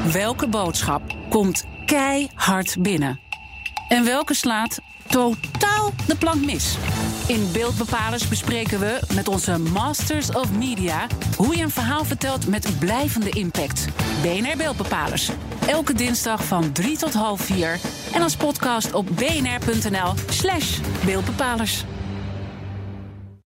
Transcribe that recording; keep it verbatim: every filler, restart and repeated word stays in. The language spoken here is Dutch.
Welke boodschap komt keihard binnen? En welke slaat totaal de plank mis? In Beeldbepalers bespreken we met onze Masters of Media hoe je een verhaal vertelt met blijvende impact. B N R Beeldbepalers. Elke dinsdag van drie tot half vier. En als podcast op bnr.nl slash beeldbepalers.